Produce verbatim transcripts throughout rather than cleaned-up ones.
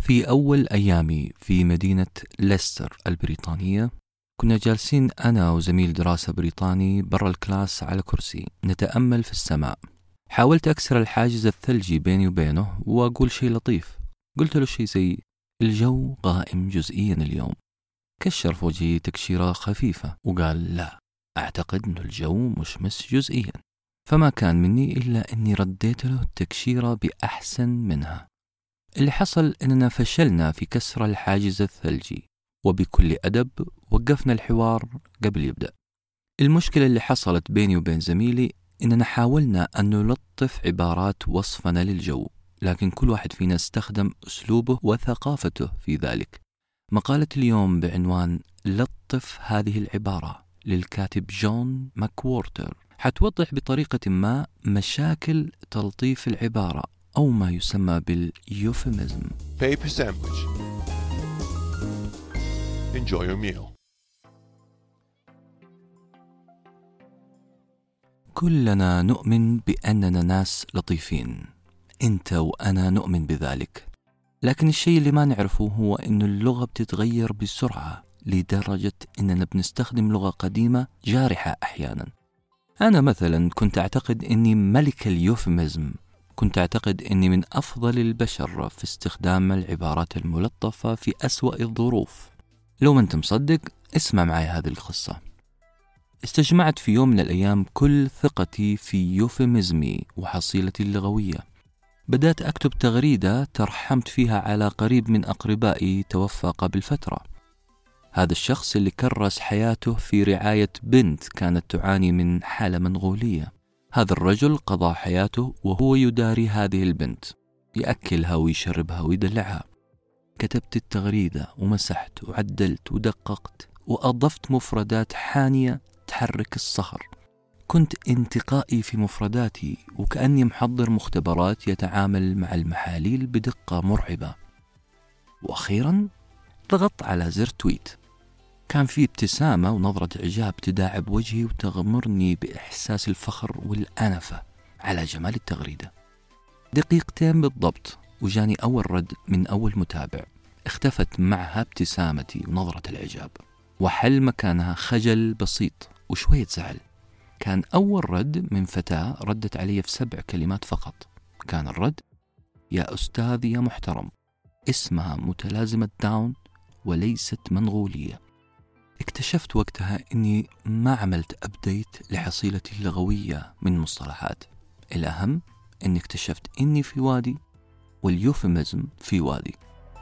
في أول أيامي في مدينة ليستر البريطانية، كنا جالسين أنا وزميل دراسة بريطاني برا الكلاس على كرسي نتأمل في السماء. حاولت أكسر الحاجز الثلجي بيني وبينه وأقول شيء لطيف. قلت له شيء زي الجو غائم جزئيا اليوم. كشر في وجهي تكشيرة خفيفة وقال لا، أعتقد أن الجو مشمس جزئيا. فما كان مني إلا أني رديت له التكشيرة بأحسن منها. اللي حصل أننا فشلنا في كسر الحاجز الثلجي، وبكل أدب وقفنا الحوار قبل يبدأ. المشكلة اللي حصلت بيني وبين زميلي إننا حاولنا أن نلطف عبارات وصفنا للجو، لكن كل واحد فينا استخدم أسلوبه وثقافته في ذلك. مقالة اليوم بعنوان لطف هذه العبارة للكاتب جون ماكوورتر حتوضح بطريقة ما مشاكل تلطيف العبارة أو ما يسمى باليوفيميزم. Paper sandwich. Enjoy your meal. كلنا نؤمن بأننا ناس لطيفين، أنت وأنا نؤمن بذلك، لكن الشيء اللي ما نعرفه هو أن اللغة بتتغير بسرعة لدرجة أننا بنستخدم لغة قديمة جارحة أحيانا. أنا مثلا كنت أعتقد أني ملك اليوفيميزم، كنت أعتقد أني من أفضل البشر في استخدام العبارات الملطفة في أسوأ الظروف. لو ما أنت مصدق اسمع معي هذه القصة. استجمعت في يوم من الأيام كل ثقتي في يوفيميزمي وحصيلتي اللغوية. بدأت أكتب تغريدة ترحمت فيها على قريب من أقربائي توفى قبل فترة. هذا الشخص اللي كرس حياته في رعاية بنت كانت تعاني من حالة منغولية. هذا الرجل قضى حياته وهو يداري هذه البنت، يأكلها ويشربها ويدلعها. كتبت التغريدة ومسحت وعدلت ودققت وأضفت مفردات حانية تحرك الصخر. كنت انتقائي في مفرداتي وكأني محضر مختبرات يتعامل مع المحاليل بدقة مرعبة. وأخيرا ضغطت على زر تويت. كان في ابتسامة ونظرة إعجاب تداعب وجهي وتغمرني بإحساس الفخر والأنفة على جمال التغريدة. دقيقتين بالضبط وجاني أول رد من أول متابع، اختفت معها ابتسامتي ونظرة الإعجاب، وحل مكانها خجل بسيط وشوية زعل. كان أول رد من فتاة ردت علي في سبع كلمات فقط. كان الرد: يا أستاذ يا محترم، اسمها متلازمة داون وليست منغولية. اكتشفت وقتها أني ما عملت أبديت لحصيلتي اللغوية من مصطلحات. الأهم أني اكتشفت أني في وادي واليوفيميزم في وادي.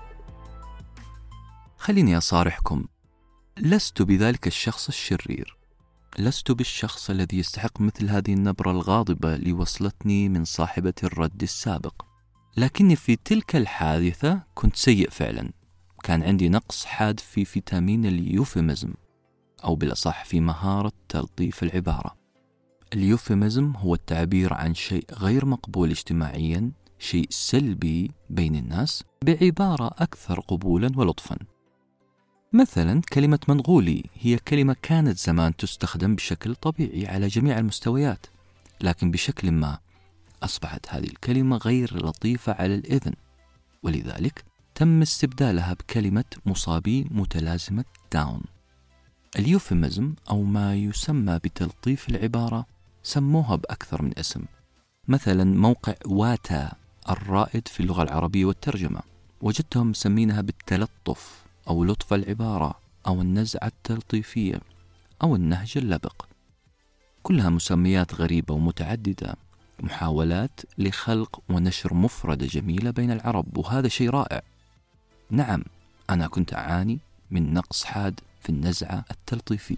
خليني أصارحكم، لست بذلك الشخص الشرير، لست بالشخص الذي يستحق مثل هذه النبرة الغاضبة اللي وصلتني من صاحبة الرد السابق. لكني في تلك الحادثة كنت سيء فعلا. كان عندي نقص حاد في فيتامين اليوفيميزم، أو بالأصح في مهارة تلطيف العبارة. اليوفيميزم هو التعبير عن شيء غير مقبول اجتماعيا، شيء سلبي بين الناس، بعبارة أكثر قبولا ولطفا. مثلا كلمة منغولي هي كلمة كانت زمان تستخدم بشكل طبيعي على جميع المستويات، لكن بشكل ما أصبحت هذه الكلمة غير لطيفة على الإذن، ولذلك تم استبدالها بكلمة مصابي متلازمة داون. اليوفيميزم أو ما يسمى بتلطيف العبارة سموها بأكثر من اسم. مثلا موقع واتا الرائد في اللغة العربية والترجمة وجدتهم مسمينها بالتلطف أو لطف العبارة أو النزعة التلطيفية أو النهج اللبق. كلها مسميات غريبة ومتعددة، محاولات لخلق ونشر مفردة جميلة بين العرب، وهذا شيء رائع. نعم، أنا كنت أعاني من نقص حاد في النزعة التلطيفية.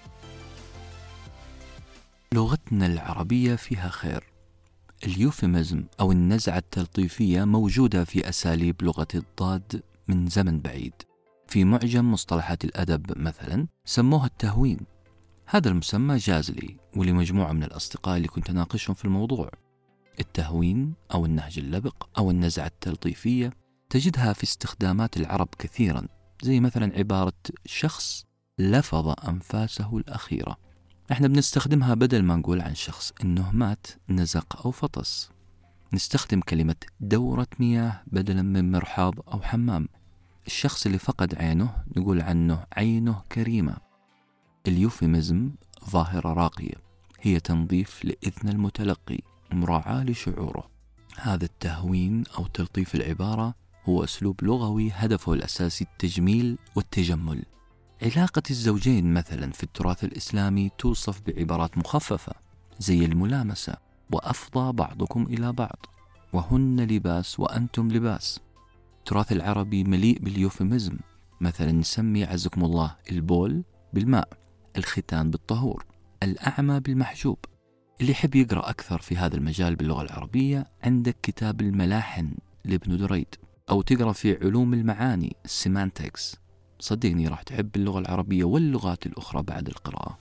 لغتنا العربية فيها خير. اليوفيميزم أو النزعة التلطيفية موجودة في أساليب لغة الضاد من زمن بعيد. في معجم مصطلحات الأدب مثلا سموها التهوين. هذا المسمى جاز لي ولمجموعة من الأصدقاء اللي كنت أناقشهم في الموضوع. التهوين أو النهج اللبق أو النزعة التلطيفية تجدها في استخدامات العرب كثيرا، زي مثلا عبارة شخص لفظ أنفاسه الأخيرة. احنا بنستخدمها بدل ما نقول عن شخص إنه مات، نزق أو فطس. نستخدم كلمة دورة مياه بدلا من مرحاض أو حمام. الشخص اللي فقد عينه نقول عنه عينه كريمة. اليوفيميزم ظاهرة راقية، هي تنظيف لإذن المتلقي، مراعاة لشعوره. هذا التهوين أو تلطيف العبارة هو أسلوب لغوي هدفه الأساسي التجميل والتجمل. علاقة الزوجين مثلا في التراث الإسلامي توصف بعبارات مخففة زي الملامسة، وأفضى بعضكم إلى بعض، وهن لباس وأنتم لباس. التراث العربي مليء باليوفيميزم، مثلا نسمي عزكم الله البول بالماء، الختان بالطهور، الأعمى بالمحجوب. اللي يحب يقرأ أكثر في هذا المجال باللغة العربية عندك كتاب الملاحن لابن دريد، أو تقرأ في علوم المعاني السيمانتكس. صدقني راح تحب اللغة العربية واللغات الأخرى بعد القراءة.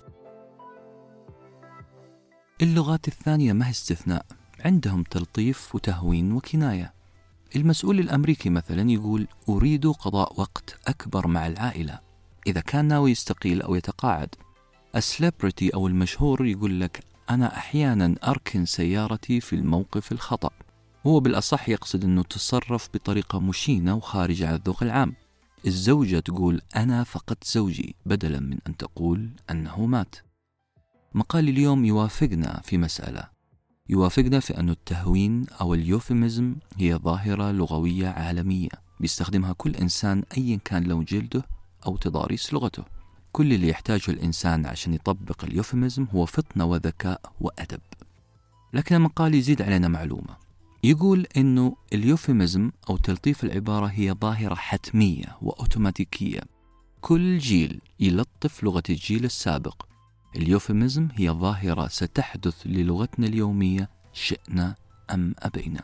اللغات الثانية ما هي استثناء، عندهم تلطيف وتهوين وكناية. المسؤول الأمريكي مثلا يقول أريد قضاء وقت أكبر مع العائلة إذا كان ناوي يستقيل أو يتقاعد. السليبرتي أو المشهور يقول لك أنا أحيانا أركن سيارتي في الموقف الخطأ. هو بالأصح يقصد أنه تصرف بطريقة مشينة وخارجة عن الذوق العام. الزوجة تقول أنا فقدت زوجي بدلا من أن تقول أنه مات. مقال اليوم يوافقنا في مسألة، يوافقنا في أن التهوين أو اليوفيميزم هي ظاهرة لغوية عالمية بيستخدمها كل إنسان أيا كان لون جلده أو تضاريس لغته. كل اللي يحتاجه الإنسان عشان يطبق اليوفيميزم هو فطنة وذكاء وأدب. لكن المقال يزيد علينا معلومة، يقول إنه اليوفيميزم أو تلطيف العبارة هي ظاهرة حتمية وأوتوماتيكية. كل جيل يلطف لغة الجيل السابق. اليوفيميزم هي ظاهرة ستحدث للغتنا اليومية شئنا أم أبينا.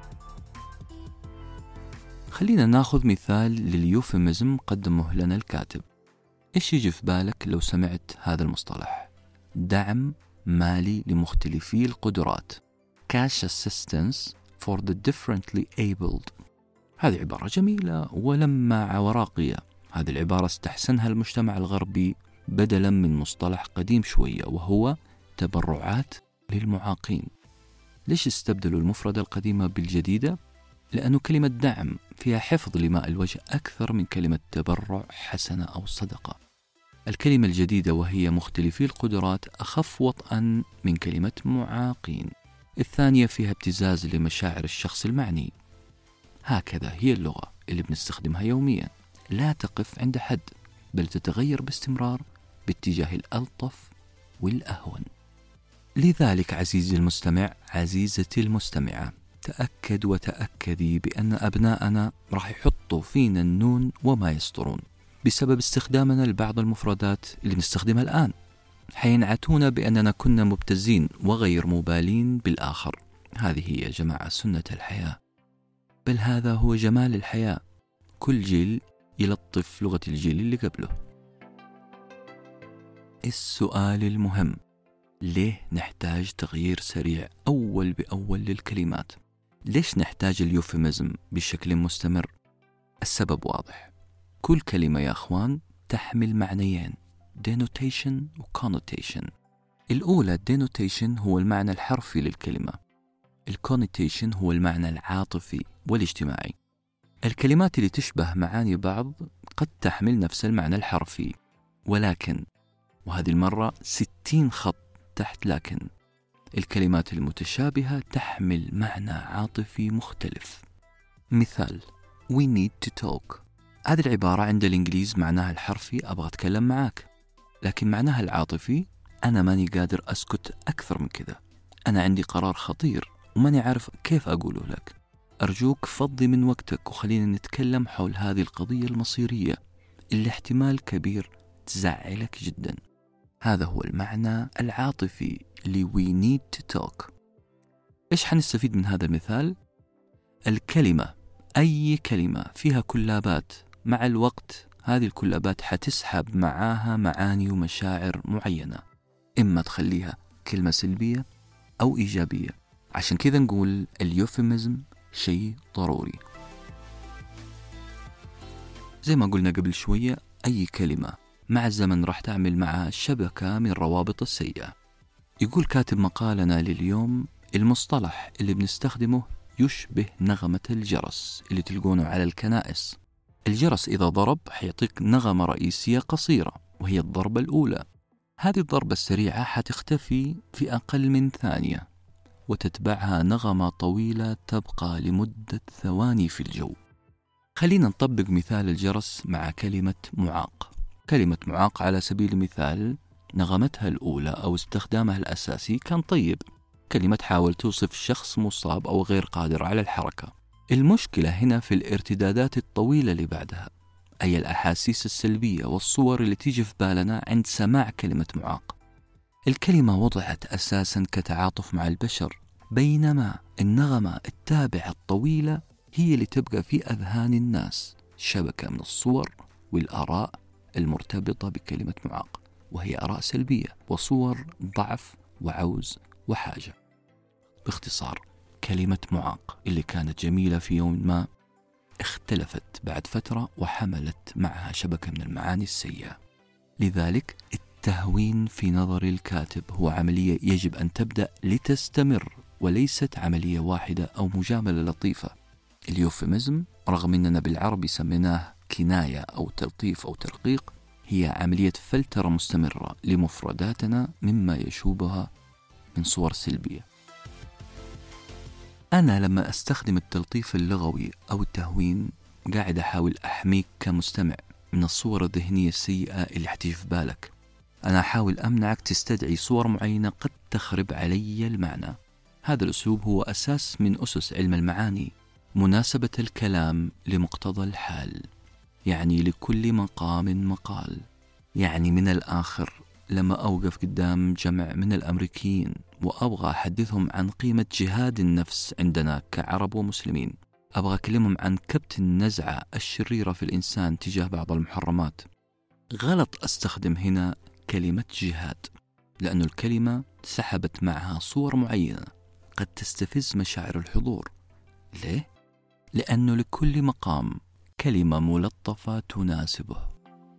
خلينا ناخذ مثال لليوفيميزم قدمه لنا الكاتب. إيش يجي في بالك لو سمعت هذا المصطلح؟ دعم مالي لمختلفي القدرات، Cash Assistance for the Differently Abled. هذه عبارة جميلة ولماعة وراقية. هذه العبارة استحسنها المجتمع الغربي بدلا من مصطلح قديم شوية وهو تبرعات للمعاقين. ليش استبدلوا المفردة القديمة بالجديدة؟ لأنه كلمة دعم فيها حفظ لماء الوجه أكثر من كلمة تبرع حسنة أو صدقة. الكلمة الجديدة وهي مختلفي القدرات أخف وطئا من كلمة معاقين. الثانية فيها ابتزاز لمشاعر الشخص المعني. هكذا هي اللغة اللي بنستخدمها يوميا، لا تقف عند حد بل تتغير باستمرار باتجاه الألطف والأهون. لذلك عزيزي المستمع، عزيزتي المستمعة، تأكد وتأكدي بأن أبناءنا راح يحطوا فينا النون وما يسطرون بسبب استخدامنا لبعض المفردات اللي نستخدمها الآن. حينعتونا بأننا كنا مبتزين وغير مبالين بالآخر. هذه هي يا جماعة سنة الحياة، بل هذا هو جمال الحياة. كل جيل يلطف لغة الجيل اللي قبله. السؤال المهم، ليه نحتاج تغيير سريع أول بأول للكلمات؟ ليش نحتاج اليوفيميزم بشكل مستمر؟ السبب واضح. كل كلمة يا أخوان تحمل معنيين، denotation و connotation. الأولى denotation هو المعنى الحرفي للكلمة، الconnotation هو المعنى العاطفي والاجتماعي. الكلمات اللي تشبه معاني بعض قد تحمل نفس المعنى الحرفي، ولكن، وهذه المرة ستين خط تحت لكن، الكلمات المتشابهة تحمل معنى عاطفي مختلف. مثال We need to talk. هذه العبارة عند الإنجليز معناها الحرفي أبغى أتكلم معاك، لكن معناها العاطفي أنا ماني قادر أسكت أكثر من كذا، أنا عندي قرار خطير وماني عارف كيف أقوله لك، أرجوك فضي من وقتك وخلينا نتكلم حول هذه القضية المصيرية اللي احتمال كبير تزعلك جدا. هذا هو المعنى العاطفي ل We need to talk. إيش حنستفيد من هذا المثال؟ الكلمة، أي كلمة فيها كلابات، مع الوقت هذه الكلابات حتسحب معاها معاني ومشاعر معينة، إما تخليها كلمة سلبية أو إيجابية. عشان كذا نقول اليوفيميزم شيء ضروري. زي ما قلنا قبل شوية، أي كلمة مع الزمن راح تعمل معها شبكة من روابط السيئة. يقول كاتب مقالنا لليوم المصطلح اللي بنستخدمه يشبه نغمة الجرس اللي تلقونه على الكنائس. الجرس إذا ضرب حيعطيك نغمة رئيسية قصيرة وهي الضربة الأولى. هذه الضربة السريعة حتختفي في أقل من ثانية وتتبعها نغمة طويلة تبقى لمدة ثواني في الجو. خلينا نطبق مثال الجرس مع كلمة معاق. كلمة معاق على سبيل المثال نغمتها الأولى أو استخدامها الأساسي كان طيب، كلمة تحاول توصف شخص مصاب أو غير قادر على الحركة. المشكلة هنا في الارتدادات الطويلة اللي بعدها، أي الأحاسيس السلبية والصور اللي تيجي في بالنا عند سماع كلمة معاق. الكلمة وضعت أساسا كتعاطف مع البشر، بينما النغمة التابعة الطويلة هي اللي تبقى في أذهان الناس شبكة من الصور والآراء المرتبطة بكلمة معاق، وهي آراء سلبية وصور ضعف وعوز وحاجة. باختصار، كلمة معاق اللي كانت جميلة في يوم ما اختلفت بعد فترة وحملت معها شبكة من المعاني السيئة. لذلك التهوين في نظر الكاتب هو عملية يجب أن تبدأ لتستمر، وليست عملية واحدة أو مجاملة لطيفة. اليوفيميزم رغم أننا بالعربي سميناه كناية أو تلطيف أو ترقيق، هي عملية فلترة مستمرة لمفرداتنا مما يشوبها من صور سلبية. أنا لما أستخدم التلطيف اللغوي أو التهوين قاعد أحاول أحميك كمستمع من الصور الذهنية السيئة اللي حتيجي في بالك. أنا أحاول أمنعك تستدعي صور معينة قد تخرب علي المعنى. هذا الأسلوب هو أساس من أسس علم المعاني، مناسبة الكلام لمقتضى الحال، يعني لكل مقام مقال. يعني من الآخر لما أوقف قدام جمع من الأمريكيين وأبغى أحدثهم عن قيمة جهاد النفس عندنا كعرب ومسلمين، أبغى أكلمهم عن كبت النزعة الشريرة في الإنسان تجاه بعض المحرمات، غلط أستخدم هنا كلمة جهاد، لأن الكلمة سحبت معها صور معينة قد تستفز مشاعر الحضور. ليه؟ لأنه لكل مقام كلمة ملطفة تناسبه.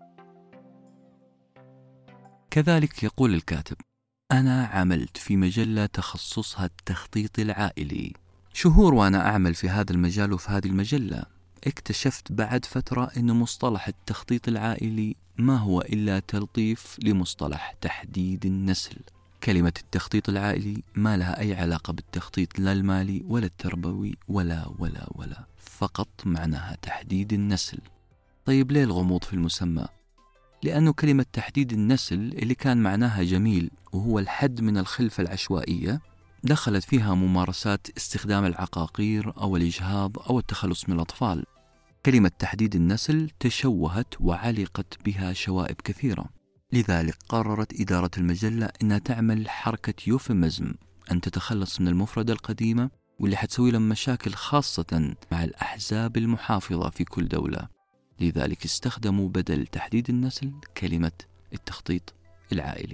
كذلك يقول الكاتب: أنا عملت في مجلة تخصصها التخطيط العائلي. شهور وأنا أعمل في هذا المجال وفي هذه المجلة، اكتشفت بعد فترة أن مصطلح التخطيط العائلي ما هو إلا تلطيف لمصطلح تحديد النسل. كلمة التخطيط العائلي ما لها أي علاقة بالتخطيط لا المالي ولا التربوي ولا ولا ولا، فقط معناها تحديد النسل. طيب ليه الغموض في المسمى؟ لأنه كلمة تحديد النسل اللي كان معناها جميل وهو الحد من الخلفة العشوائية، دخلت فيها ممارسات استخدام العقاقير أو الإجهاض أو التخلص من الأطفال. كلمة تحديد النسل تشوهت وعلقت بها شوائب كثيرة. لذلك قررت إدارة المجلة أنها تعمل حركة يوفيميزم، أن تتخلص من المفردة القديمة واللي حتسوي لهم مشاكل خاصة مع الأحزاب المحافظة في كل دولة. لذلك استخدموا بدل تحديد النسل كلمة التخطيط العائلي.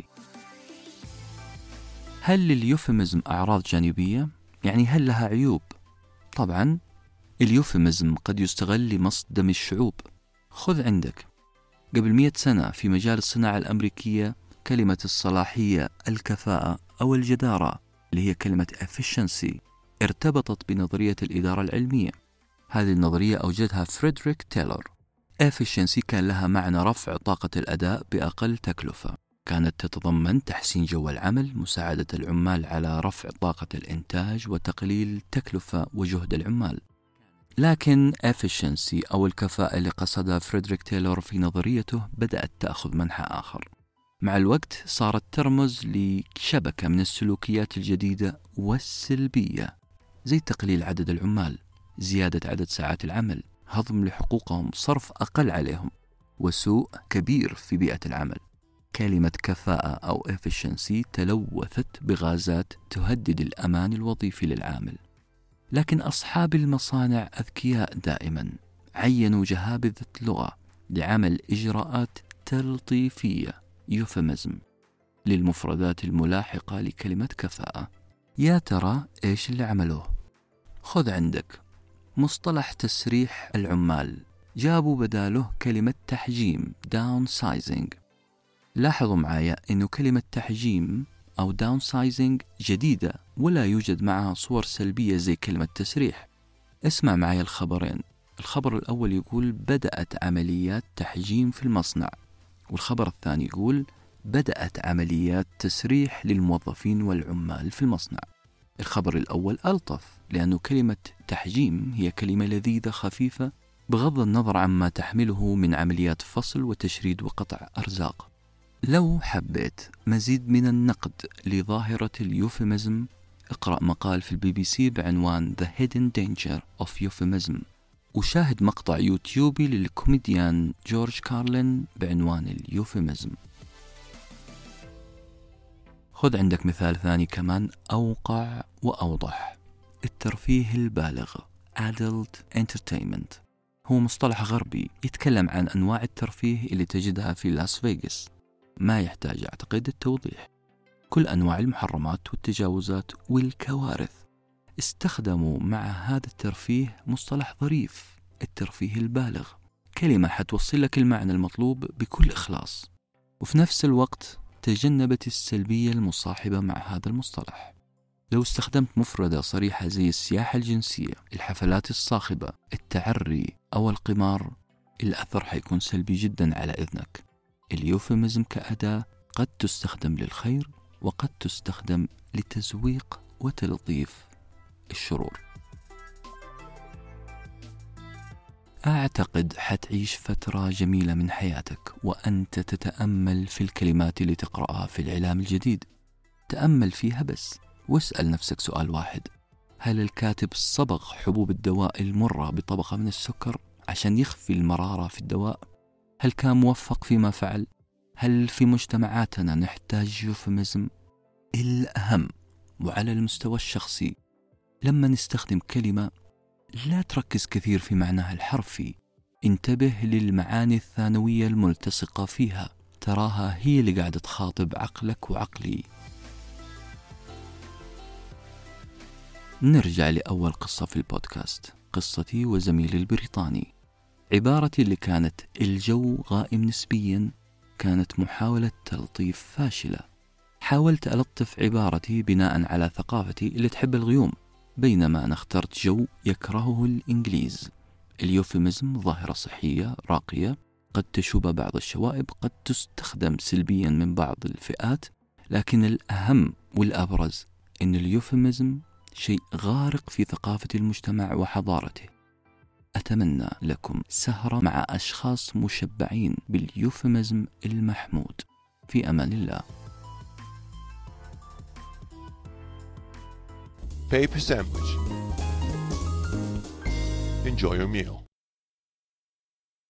هل لليوفيميزم أعراض جانبية؟ يعني هل لها عيوب؟ طبعا اليوفيميزم قد يستغل لمصدم الشعوب. خذ عندك قبل مئة سنة في مجال الصناعة الأمريكية كلمة الصلاحية، الكفاءة أو الجدارة اللي هي كلمة efficiency ارتبطت بنظرية الإدارة العلمية. هذه النظرية أوجدها فريدريك تايلور. efficiency كان لها معنى رفع طاقة الأداء بأقل تكلفة، كانت تتضمن تحسين جو العمل، مساعدة العمال على رفع طاقة الإنتاج وتقليل تكلفة وجهد العمال. لكن efficiency أو الكفاءة اللي قصدها فريدريك تايلور في نظريته بدأت تأخذ منحى آخر. مع الوقت صارت ترمز لشبكة من السلوكيات الجديدة والسلبية، زي تقليل عدد العمال، زيادة عدد ساعات العمل، هضم لحقوقهم، صرف أقل عليهم، وسوء كبير في بيئة العمل. كلمة كفاءة أو efficiency تلوثت بغازات تهدد الأمان الوظيفي للعامل. لكن أصحاب المصانع أذكياء دائما، عينوا جهابذة لغة لعمل إجراءات تلطيفية يوفيميزم للمفردات الملاحقة لكلمة كفاءة. يا ترى إيش اللي عملوه؟ خذ عندك مصطلح تسريح العمال، جابوا بداله كلمة تحجيم downsizing. لاحظوا معايا إنه كلمة تحجيم أو downsizing جديدة ولا يوجد معها صور سلبية زي كلمة تسريح. اسمع معي الخبرين. الخبر الأول يقول بدأت عمليات تحجيم في المصنع، والخبر الثاني يقول بدأت عمليات تسريح للموظفين والعمال في المصنع. الخبر الأول ألطف، لأنه كلمة تحجيم هي كلمة لذيذة خفيفة بغض النظر عما تحمله من عمليات فصل وتشريد وقطع أرزاق. لو حبيت مزيد من النقد لظاهرة اليوفيميزم، اقرأ مقال في البي بي سي بعنوان The Hidden Danger of Euphemism، وشاهد مقطع يوتيوبي للكوميديان جورج كارلين بعنوان اليوفيميزم. خذ عندك مثال ثاني كمان أوقع وأوضح. الترفيه البالغ Adult Entertainment هو مصطلح غربي يتكلم عن أنواع الترفيه اللي تجدها في لاس فيغاس، ما يحتاج أعتقد التوضيح. كل أنواع المحرمات والتجاوزات والكوارث. استخدموا مع هذا الترفيه مصطلح ظريف، الترفيه البالغ، كلمة حتوصل لك المعنى المطلوب بكل إخلاص، وفي نفس الوقت تجنبت السلبية المصاحبة مع هذا المصطلح. لو استخدمت مفردة صريحة زي السياحة الجنسية، الحفلات الصاخبة، التعري أو القمار، الأثر حيكون سلبي جدا على إذنك. اليوفيميزم كأداة قد تستخدم للخير وقد تستخدم لتزويق وتلطيف الشرور. أعتقد حتعيش فترة جميلة من حياتك وأنت تتأمل في الكلمات اللي تقرأها في الإعلام الجديد. تأمل فيها بس، واسأل نفسك سؤال واحد: هل الكاتب صبغ حبوب الدواء المرة بطبقة من السكر عشان يخفي المرارة في الدواء؟ هل كان موفق فيما فعل؟ هل في مجتمعاتنا نحتاج يوفيميزم؟ الأهم وعلى المستوى الشخصي، لما نستخدم كلمة لا تركز كثير في معناها الحرفي، انتبه للمعاني الثانوية الملتصقة فيها، تراها هي اللي قاعدة تخاطب عقلك وعقلي. نرجع لأول قصة في البودكاست، قصتي وزميلي البريطاني. عبارتي اللي كانت الجو غائم نسبيا كانت محاولة تلطيف فاشلة. حاولت ألطف عبارتي بناء على ثقافتي اللي تحب الغيوم، بينما أنا اخترت جو يكرهه الإنجليز. اليوفيميزم ظاهرة صحية راقية، قد تشوب بعض الشوائب، قد تستخدم سلبيا من بعض الفئات، لكن الأهم والأبرز أن اليوفيميزم شيء غارق في ثقافة المجتمع وحضارته. أتمنى لكم سهرة مع أشخاص مشبعين باليوفيميزم المحمود. في أمان الله. Paper sandwich. Enjoy your meal.